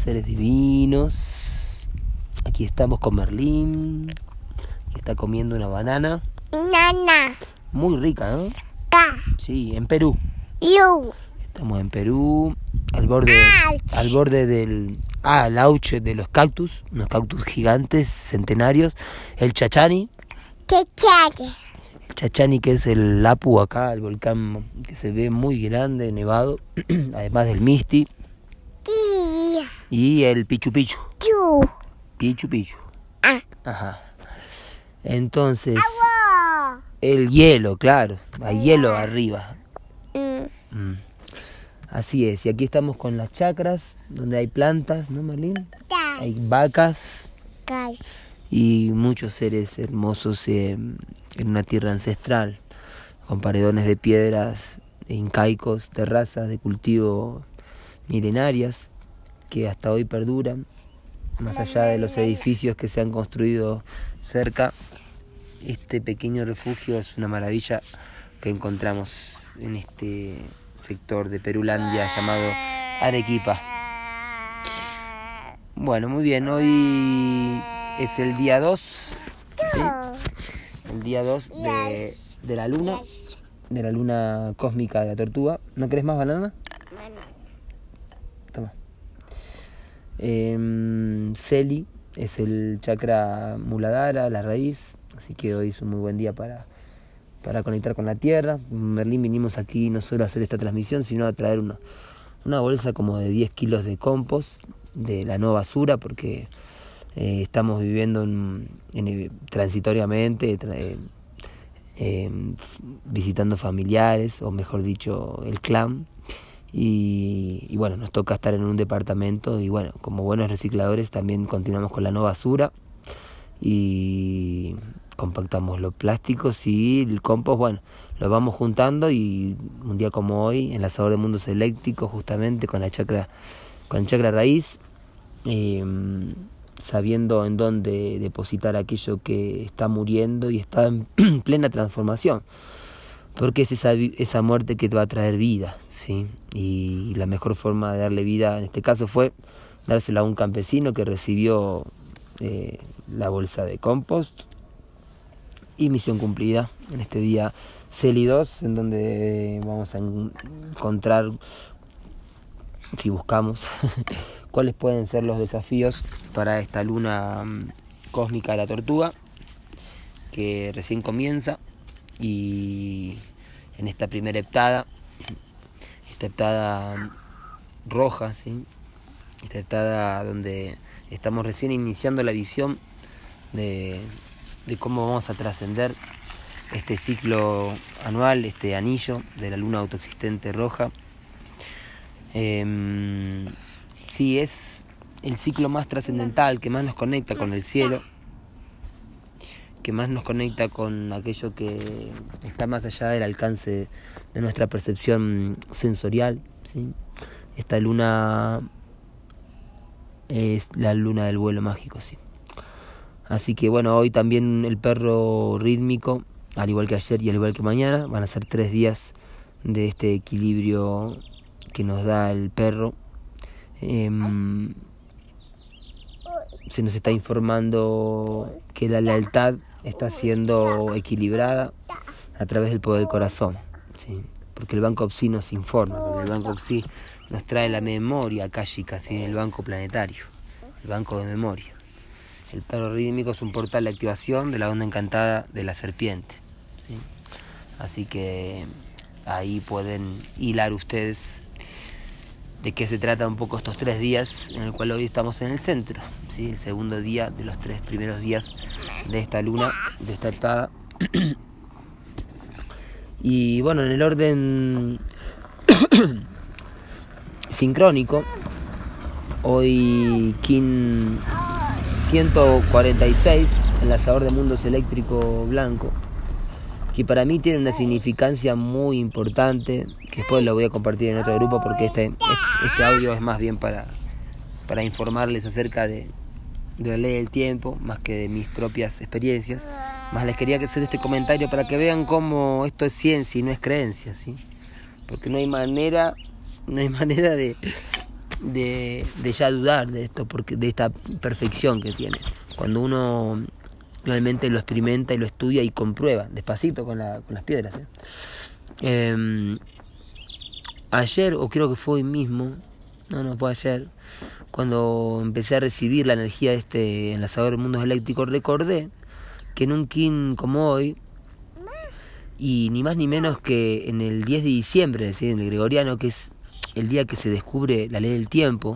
seres divinos. Aquí estamos con Merlín, que está comiendo una banana. Nana. Muy rica, ¿no? Ca. Sí, en Perú. Yu. Estamos en Perú, al borde del auge de los cactus, unos cactus gigantes, centenarios. El Chachani. ¿Qué quiere? El Chachani, que es el Apu acá, el volcán que se ve muy grande, nevado, además del Misti. Ti. Y el Pichu Pichu. Yu. Pichu Pichu. Ah. Ajá. Entonces, Agua. el hielo, claro, hay hielo arriba. Así es, y aquí estamos con las chacras, donde hay plantas, ¿no, Marlene? Hay vacas Gas. y muchos seres hermosos en una tierra ancestral, con paredones de piedras incaicos, terrazas de cultivo milenarias que hasta hoy perduran, más allá de los edificios que se han construido cerca. Este pequeño refugio es una maravilla que encontramos en este sector de Perulandia llamado Arequipa. Bueno, muy bien, hoy es el día 2, ¿sí? El día 2 de la luna cósmica de la tortuga. ¿No querés más banana? Toma. Celi es el chakra Muladhara, la raíz, así que hoy es un muy buen día para conectar con la tierra. Merlín vinimos aquí no solo a hacer esta transmisión, sino a traer una bolsa como de 10 kilos de compost de la no basura, porque estamos viviendo transitoriamente, visitando familiares, o mejor dicho, el clan. Y bueno, nos toca estar en un departamento y bueno, como buenos recicladores también continuamos con la no basura y compactamos los plásticos y el compost, bueno, lo vamos juntando y un día como hoy, en la Sabor de Mundos Eléctricos, justamente con el chakra raíz, sabiendo en dónde depositar aquello que está muriendo y está en plena transformación, porque es esa muerte que te va a traer vida, ¿sí? Y la mejor forma de darle vida en este caso fue dársela a un campesino que recibió la bolsa de compost. Y misión cumplida en este día Celi 2, en donde vamos a encontrar, si buscamos, cuáles pueden ser los desafíos para esta luna cósmica de la tortuga, que recién comienza, y en esta primera heptada roja, ¿sí? Esta heptada donde estamos recién iniciando la visión de cómo vamos a trascender este ciclo anual, este anillo de la luna autoexistente roja. Sí, es el ciclo más trascendental, que más nos conecta con el cielo, que más nos conecta con aquello que está más allá del alcance de nuestra percepción sensorial, ¿sí? Esta luna es la luna del vuelo mágico, sí. Así que bueno, hoy también el perro rítmico, al igual que ayer y al igual que mañana, van a ser 3 días de este equilibrio que nos da el perro. Se nos está informando que la lealtad está siendo equilibrada a través del poder del corazón, ¿sí? Porque el Banco Psi nos informa, porque el Banco Psi nos trae la memoria akáshica, ¿sí? El banco planetario, el banco de memoria. El perro rítmico es un portal de activación de la onda encantada de la serpiente, ¿sí? Así que ahí pueden hilar ustedes de qué se trata un poco estos 3 días en el cual hoy estamos en el centro, ¿sí? El segundo día de los 3 primeros días de esta luna, de esta heptada. Y bueno, en el orden sincrónico, hoy Kin 146, el lanzador de mundos eléctrico blanco, que para mí tiene una significancia muy importante, que después lo voy a compartir en otro grupo, porque este audio es más bien para informarles acerca de la ley del tiempo, más que de mis propias experiencias. Más les quería hacer este comentario para que vean cómo esto es ciencia y no es creencia, ¿sí? Porque no hay manera de de ya dudar de esto, porque de esta perfección que tiene. Cuando uno realmente lo experimenta y lo estudia y comprueba, despacito con las piedras. Ayer, o creo que fue hoy mismo, no fue ayer, cuando empecé a recibir la energía de este enlazador de mundos eléctricos, recordé que en un kin como hoy, y ni más ni menos que en el 10 de diciembre, es decir, en el gregoriano, que es el día que se descubre la ley del tiempo,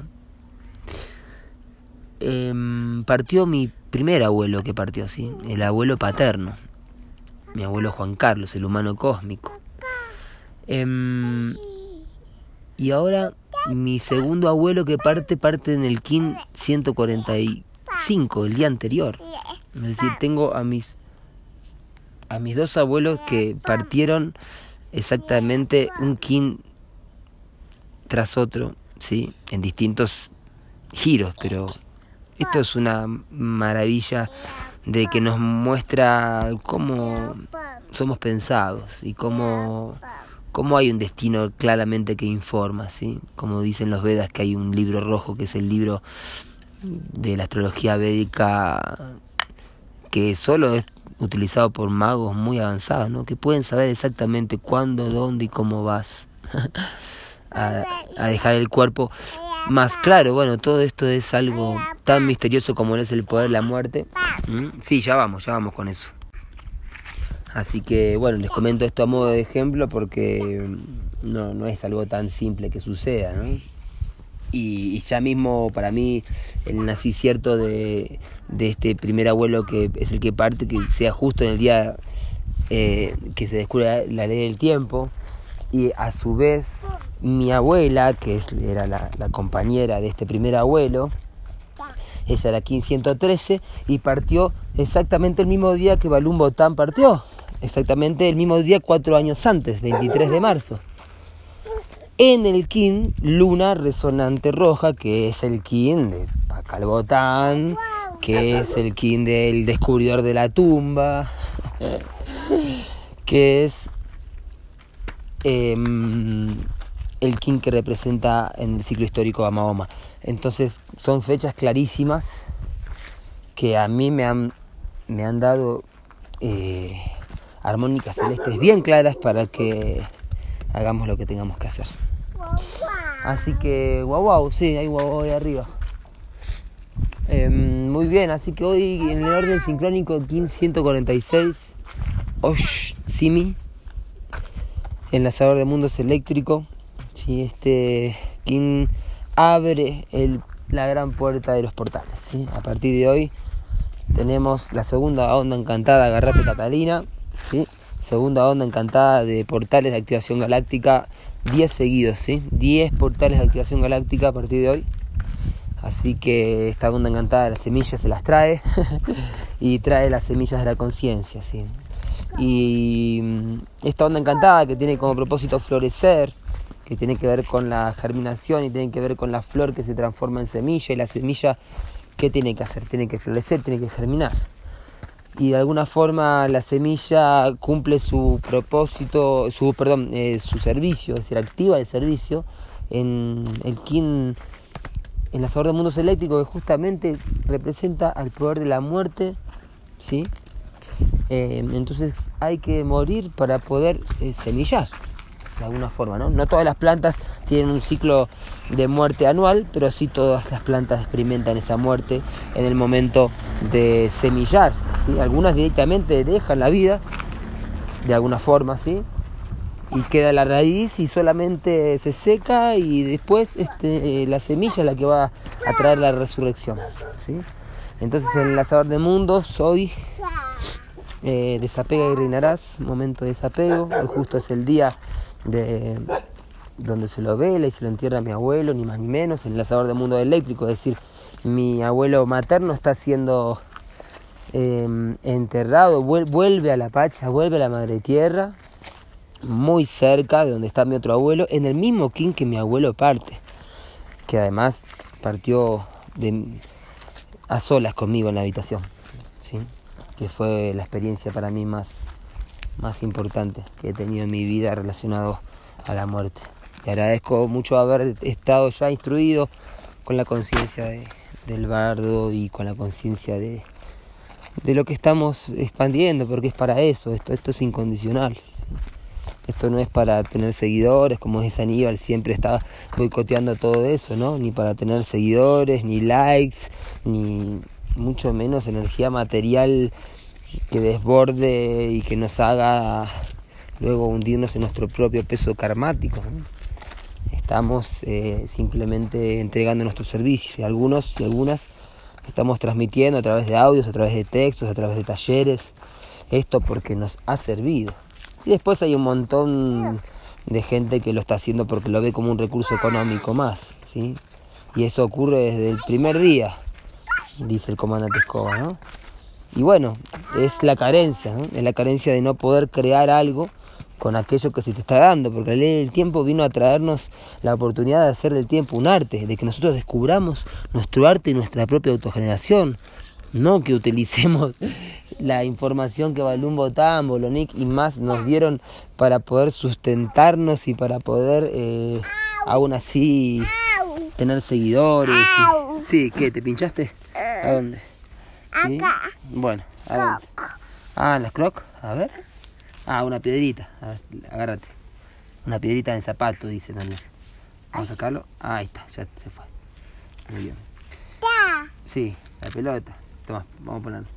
partió mi primer abuelo que partió, ¿sí? El abuelo paterno, mi abuelo Juan Carlos, el humano cósmico. Y ahora mi segundo abuelo que parte en el kin 145, el día anterior. Es decir, tengo a mis dos abuelos que partieron exactamente un kin tras otro, ¿sí? En distintos giros, pero esto es una maravilla de que nos muestra cómo somos pensados y cómo hay un destino claramente que informa, ¿sí? Como dicen los Vedas, que hay un libro rojo que es el libro de la astrología védica que solo es utilizado por magos muy avanzados, ¿no? Que pueden saber exactamente cuándo, dónde y cómo vas a dejar el cuerpo. Más claro, bueno, todo esto es algo tan misterioso como es el poder de la muerte. Sí, ya vamos con eso. Así que, bueno, les comento esto a modo de ejemplo porque no es algo tan simple que suceda, ¿no? Y ya mismo para mí el nacimiento de este primer abuelo que es el que parte, que sea justo en el día que se descubre la ley del tiempo, y a su vez mi abuela, que era la compañera de este primer abuelo, ella era 1513 y partió exactamente el mismo día que Balún Botán partió, exactamente el mismo día 4 años antes, 23 de marzo. En el kin Luna Resonante Roja, que es el kin de Pakal Botán, que es el kin del descubridor de la tumba, que es el kin que representa en el ciclo histórico a Mahoma. Entonces son fechas clarísimas que a mí me han dado armónicas celestes bien claras para que hagamos lo que tengamos que hacer. Así que guau, sí, hay guau ahí arriba. Muy bien, así que hoy en el orden sincrónico kin 146, Osh Simi, enlazador de mundos eléctrico. Sí, este kin abre la gran puerta de los portales, ¿sí? A partir de hoy tenemos la segunda onda encantada, agarrate Catalina, ¿sí? Segunda onda encantada de portales de activación galáctica, 10 seguidos, ¿sí? 10 portales de activación galáctica a partir de hoy. Así que esta onda encantada de las semillas se las trae y trae las semillas de la conciencia, ¿sí? Y esta onda encantada que tiene como propósito florecer, que tiene que ver con la germinación y tiene que ver con la flor que se transforma en semilla, y la semilla, ¿qué tiene que hacer? Tiene que florecer, tiene que germinar. Y de alguna forma la semilla cumple su propósito, su servicio, es decir, activa el servicio en el kin enlazador de mundos eléctricos, que justamente representa al poder de la muerte, ¿sí? Entonces hay que morir para poder semillar, de alguna forma, ¿no? No todas las plantas tienen un ciclo de muerte anual, pero sí todas las plantas experimentan esa muerte en el momento de semillar, ¿sí? Algunas directamente dejan la vida, de alguna forma, ¿sí? Y queda la raíz y solamente se seca, y después la semilla es la que va a traer la resurrección, ¿sí? Entonces el enlazador de mundos hoy desapega y reinarás, momento de desapego. Hoy justo es el día donde se lo vela y se lo entierra a mi abuelo, ni más ni menos, el enlazador de mundos eléctricos, es decir, mi abuelo materno está siendo enterrado, vuelve a la Pacha, vuelve a la Madre Tierra, muy cerca de donde está mi otro abuelo, en el mismo kin que mi abuelo parte, que además partió a solas conmigo en la habitación, ¿sí? Que fue la experiencia para mí más importante que he tenido en mi vida relacionado a la muerte. Y agradezco mucho haber estado ya instruido con la conciencia del bardo y con la conciencia de lo que estamos expandiendo, porque es para eso, esto es incondicional, ¿sí? Esto no es para tener seguidores, como dice Aníbal, siempre está boicoteando todo eso, ¿no? Ni para tener seguidores, ni likes, ni mucho menos energía material que desborde y que nos haga luego hundirnos en nuestro propio peso karmático, ¿no? Estamos simplemente entregando nuestro servicio, y algunos y algunas estamos transmitiendo a través de audios, a través de textos, a través de talleres, esto porque nos ha servido. Y después hay un montón de gente que lo está haciendo porque lo ve como un recurso económico más, ¿sí? Y eso ocurre desde el primer día, dice el comandante Escoba, ¿no? Y bueno, es la carencia, ¿no? Es la carencia de no poder crear algo con aquello que se te está dando, porque la ley del tiempo vino a traernos la oportunidad de hacer del tiempo un arte, de que nosotros descubramos nuestro arte y nuestra propia autogeneración, no que utilicemos la información que Balún Botán, Bolonic y más nos dieron para poder sustentarnos y para poder aún así tener seguidores. Sí, ¿qué? ¿Te pinchaste? ¿A dónde? ¿Sí? Bueno, ¿a dónde? Ah, las crocs, a ver. Ah, una piedrita, a ver, agárrate. Una piedrita en zapato, dice Daniel. Vamos a sacarlo. Ah, ahí está, ya se fue. Muy bien. Sí, la pelota. Toma, vamos a ponerlo.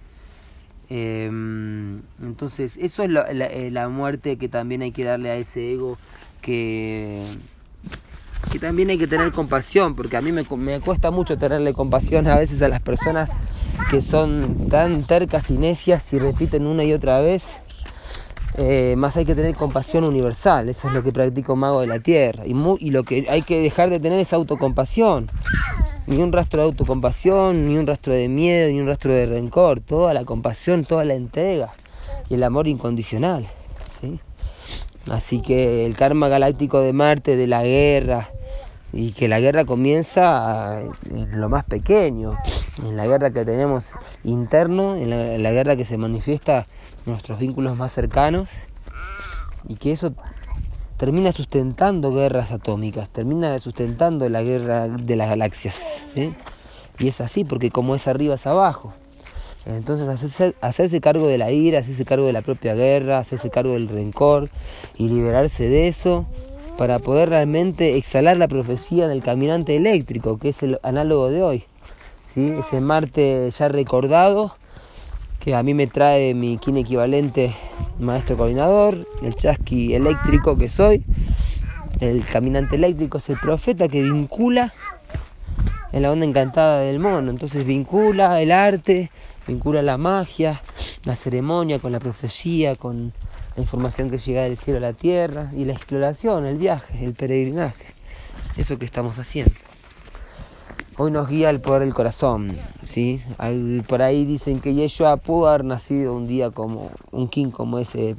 Entonces, eso es la muerte que también hay que darle a ese ego, que también hay que tener compasión, porque a mí me cuesta mucho tenerle compasión a veces a las personas que son tan tercas y necias y repiten una y otra vez. Más hay que tener compasión universal, eso es lo que practica un mago de la tierra, y lo que hay que dejar de tener es autocompasión. Ni un rastro de autocompasión, ni un rastro de miedo, ni un rastro de rencor. Toda la compasión, toda la entrega y el amor incondicional, ¿sí? Así que el karma galáctico de Marte, de la guerra, y que la guerra comienza en lo más pequeño, en la guerra que tenemos interno, en la guerra que se manifiesta en nuestros vínculos más cercanos, y que eso termina sustentando guerras atómicas, termina sustentando la guerra de las galaxias, ¿sí? Y es así, porque como es arriba es abajo. Entonces hacerse cargo de la ira, hacerse cargo de la propia guerra, hacerse cargo del rencor y liberarse de eso para poder realmente exhalar la profecía del caminante eléctrico, que es el análogo de hoy, ¿sí? Ese Marte ya recordado, que a mí me trae mi kin equivalente maestro coordinador, el chasqui eléctrico que soy. El caminante eléctrico es el profeta que vincula en la onda encantada del mono. Entonces vincula el arte, vincula la magia, la ceremonia con la profecía, con la información que llega del cielo a la tierra, y la exploración, el viaje, el peregrinaje. Eso que estamos haciendo. Hoy nos guía el poder del corazón, ¿sí? Por ahí dicen que Yeshua pudo haber nacido un día como un king, como ese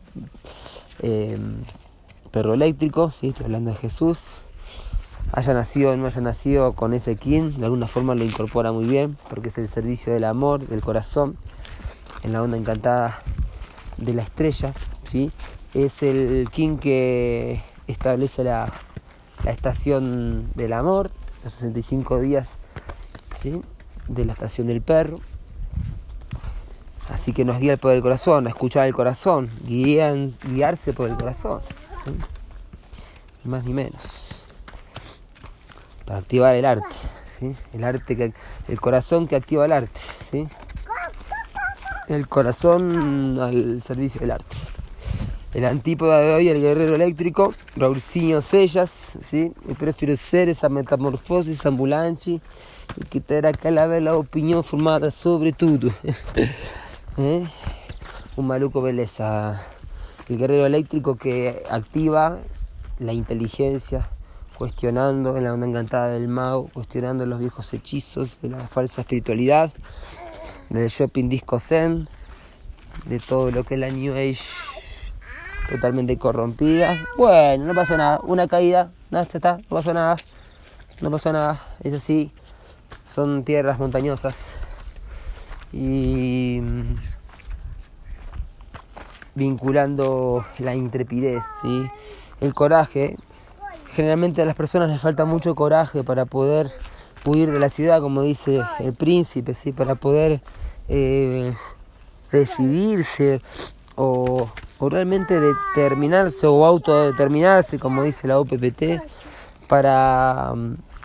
perro eléctrico, ¿sí? Estoy hablando de Jesús. Haya nacido o no haya nacido con ese king, de alguna forma lo incorpora muy bien, porque es el servicio del amor, del corazón, en la onda encantada de la estrella, ¿sí? Es el king que establece la estación del amor, los 65 días, ¿sí? De la estación del perro. Así que nos guía el poder del corazón, a escuchar el corazón, guiarse por el corazón, ¿sí? Ni más ni menos, para activar el arte, ¿sí? El corazón que activa el arte, ¿sí? El corazón al servicio del arte. El antípoda de hoy, el guerrero eléctrico, Raulcinho Sellas, ¿sí? Eu prefiro ser essa metamorfose ambulante que ter aquela bela opinião formada sobre tudo. Un maluco beleza. El guerrero eléctrico que activa la inteligencia, cuestionando en la onda encantada del mago, cuestionando los viejos hechizos de la falsa espiritualidad, del shopping disco zen, de todo lo que es la New Age totalmente corrompida. Bueno, no pasa nada, una caída, nada, ya está, no pasó nada, es así, son tierras montañosas y vinculando la intrepidez, ¿sí? El coraje generalmente a las personas les falta mucho coraje para poder huir de la ciudad, como dice el príncipe, ¿sí? Para poder decidirse o realmente determinarse o autodeterminarse, como dice la OPPT, para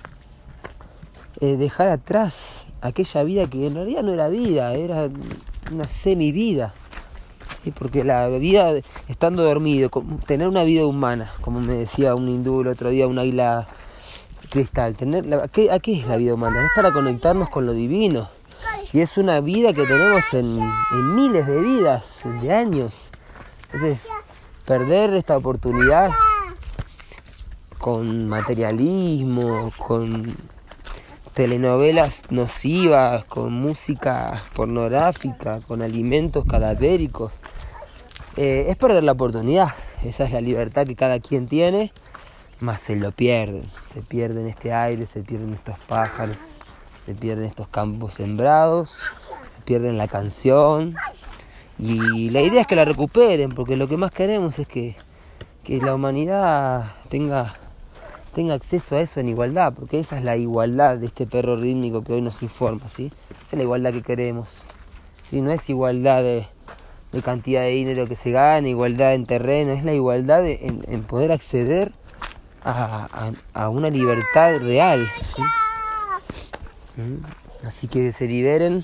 dejar atrás aquella vida que en realidad no era vida, era una semivida, ¿sí? Porque la vida, estando dormido, tener una vida humana, como me decía un hindú el otro día, un águila cristal, ¿a qué es la vida humana? Es para conectarnos con lo divino, y es una vida que tenemos en miles de vidas, de años. Entonces, perder esta oportunidad con materialismo, con telenovelas nocivas, con música pornográfica, con alimentos cadavéricos, es perder la oportunidad. Esa es la libertad que cada quien tiene, mas se pierden este aire, se pierden estos pájaros, se pierden estos campos sembrados, se pierden la canción, y la idea es que la recuperen, porque lo que más queremos es que la humanidad tenga acceso a eso en igualdad, porque esa es la igualdad de este perro rítmico que hoy nos informa, ¿sí? Esa es la igualdad que queremos, ¿sí? No es igualdad de cantidad de dinero que se gana, igualdad en terreno, es la igualdad en poder acceder a una libertad real, ¿sí? Así que se liberen,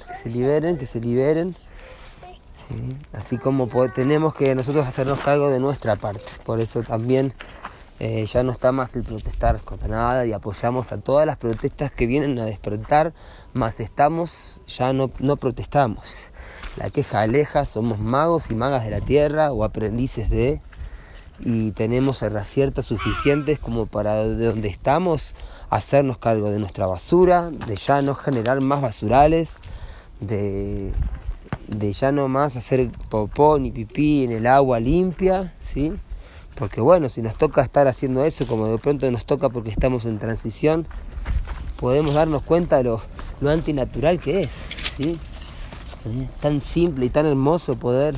¿sí? Así como tenemos que nosotros hacernos cargo de nuestra parte. Por eso también ya no está más el protestar contra nada, y apoyamos a todas las protestas que vienen a despertar, más ya no protestamos. La queja aleja, somos magos y magas de la tierra, o aprendices de, y tenemos herramientas suficientes como para de donde estamos hacernos cargo de nuestra basura, de ya no generar más basurales, de ya no más hacer popó ni pipí en el agua limpia, ¿sí? Porque bueno, si nos toca estar haciendo eso, como de pronto nos toca porque estamos en transición, podemos darnos cuenta de lo antinatural que es, ¿sí? Tan simple y tan hermoso poder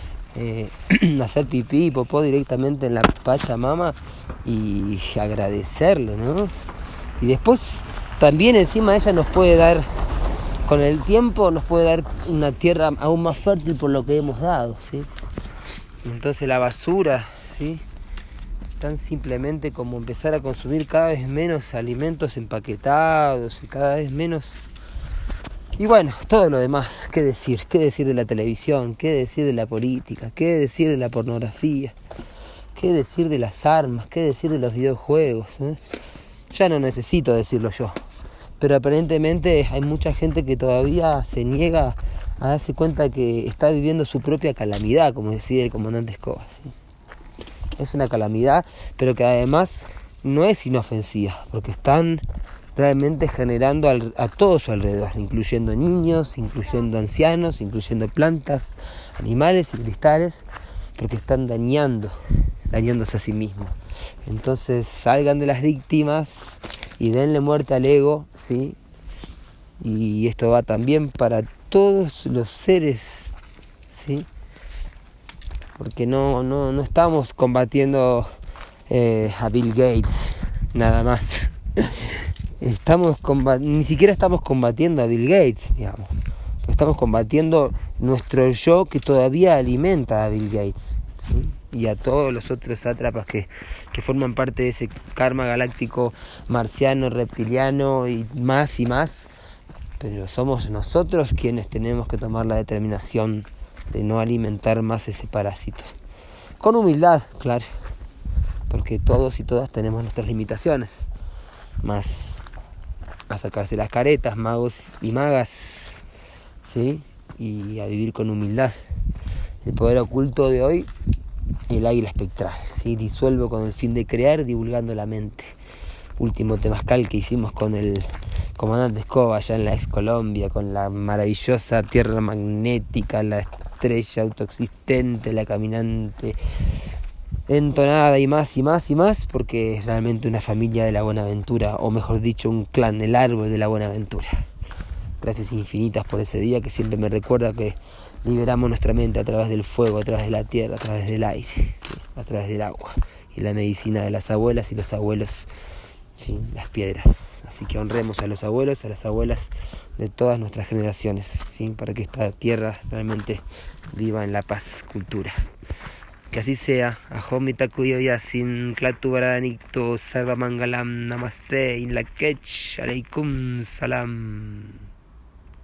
hacer pipí y popó directamente en la Pachamama y agradecerle, ¿no? Y después también encima ella nos puede dar, con el tiempo nos puede dar una tierra aún más fértil por lo que hemos dado, ¿sí? Entonces la basura, ¿sí? Tan simplemente como empezar a consumir cada vez menos alimentos empaquetados y cada vez menos. Y bueno, todo lo demás, ¿qué decir? ¿Qué decir de la televisión? ¿Qué decir de la política? ¿Qué decir de la pornografía? ¿Qué decir de las armas? ¿Qué decir de los videojuegos? Ya no necesito decirlo yo. Pero aparentemente hay mucha gente que todavía se niega a darse cuenta que está viviendo su propia calamidad, como decía el comandante Escobar, ¿sí? Es una calamidad, pero que además no es inofensiva, porque están realmente generando a todo su alrededor, incluyendo niños, incluyendo ancianos, incluyendo plantas, animales y cristales, porque están dañándose a sí mismos. Entonces salgan de las víctimas y denle muerte al ego, ¿sí? Y esto va también para todos los seres, ¿sí? Porque no estamos combatiendo a Bill Gates, nada más. Ni siquiera estamos combatiendo a Bill Gates, digamos. Estamos combatiendo nuestro yo que todavía alimenta a Bill Gates, ¿sí? Y a todos los otros sátrapas que forman parte de ese karma galáctico marciano, reptiliano y más. Pero somos nosotros quienes tenemos que tomar la determinación de no alimentar más ese parásito. Con humildad, claro, porque todos y todas tenemos nuestras limitaciones. Más a sacarse las caretas, magos y magas, ¿sí? Y a vivir con humildad. El poder oculto de hoy, el águila espectral, ¿sí? Disuelvo con el fin de crear, divulgando la mente. Último temazcal que hicimos con el comandante Escobar allá en la ex Colombia, con la maravillosa tierra magnética, la estrella autoexistente, la caminante entonada y más, porque es realmente una familia de la Buenaventura, o mejor dicho, un clan, el árbol de la Buenaventura. Gracias infinitas por ese día que siempre me recuerda que liberamos nuestra mente a través del fuego, a través de la tierra, a través del aire, ¿sí? A través del agua. y la medicina de las abuelas y los abuelos, ¿sí? Las piedras. Así que honremos a los abuelos, a las abuelas de todas nuestras generaciones, ¿sí? Para que esta tierra realmente viva en la paz, cultura. Que así sea. Ahom Mitakuyo Yasin Klatu Baranikto Sarva Mangalam Namaste In Lakech Aleikum Salam.